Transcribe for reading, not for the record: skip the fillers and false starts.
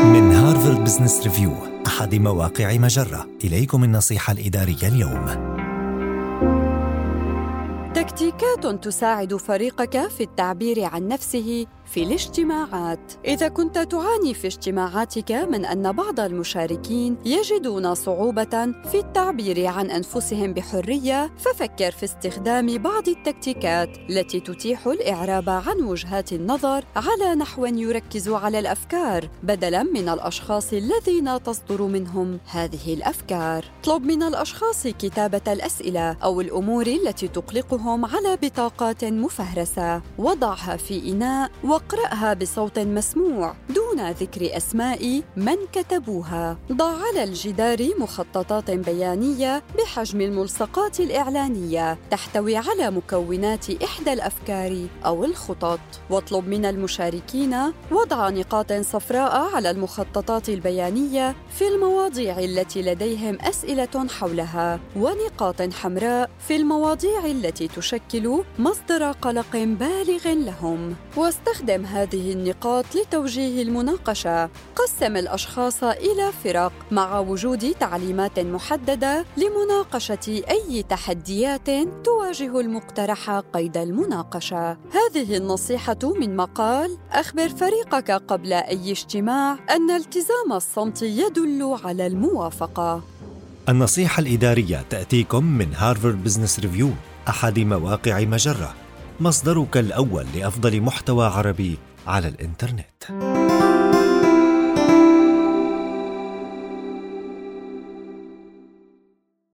من هارفارد بزنس ريفيو، أحد مواقع مجرة، إليكم النصيحة الإدارية اليوم. تكتيكات تساعد فريقك في التعبير عن نفسه في الاجتماعات. إذا كنت تعاني في اجتماعاتك من أن بعض المشاركين يجدون صعوبة في التعبير عن أنفسهم بحرية، ففكر في استخدام بعض التكتيكات التي تتيح الإعراب عن وجهات النظر على نحو يركز على الأفكار بدلاً من الأشخاص الذين تصدر منهم هذه الأفكار. اطلب من الأشخاص كتابة الأسئلة أو الأمور التي تقلقهم على بطاقات مفهرسة. وضعها في إناء واقرأها بصوت مسموع دون ذكر أسماء من كتبوها. ضع على الجدار مخططات بيانية بحجم الملصقات الإعلانية تحتوي على مكونات إحدى الأفكار أو الخطط. واطلب من المشاركين وضع نقاط صفراء على المخططات البيانية في المواضيع التي لديهم أسئلة حولها، ونقاط حمراء في المواضيع التي تشكل مصدر قلق بالغ لهم. واستخدم هذه النقاط لتوجيه المناقشة. قسم الأشخاص إلى فرق مع وجود تعليمات محددة لمناقشة أي تحديات تواجه المقترح قيد المناقشة. هذه النصيحة من مقال أخبر فريقك قبل أي اجتماع أن التزام الصمت يدل على الموافقة. النصيحة الإدارية تأتيكم من هارفارد بزنس ريفيو، أحد مواقع مجرة، مصدرك الأول لأفضل محتوى عربي على الإنترنت.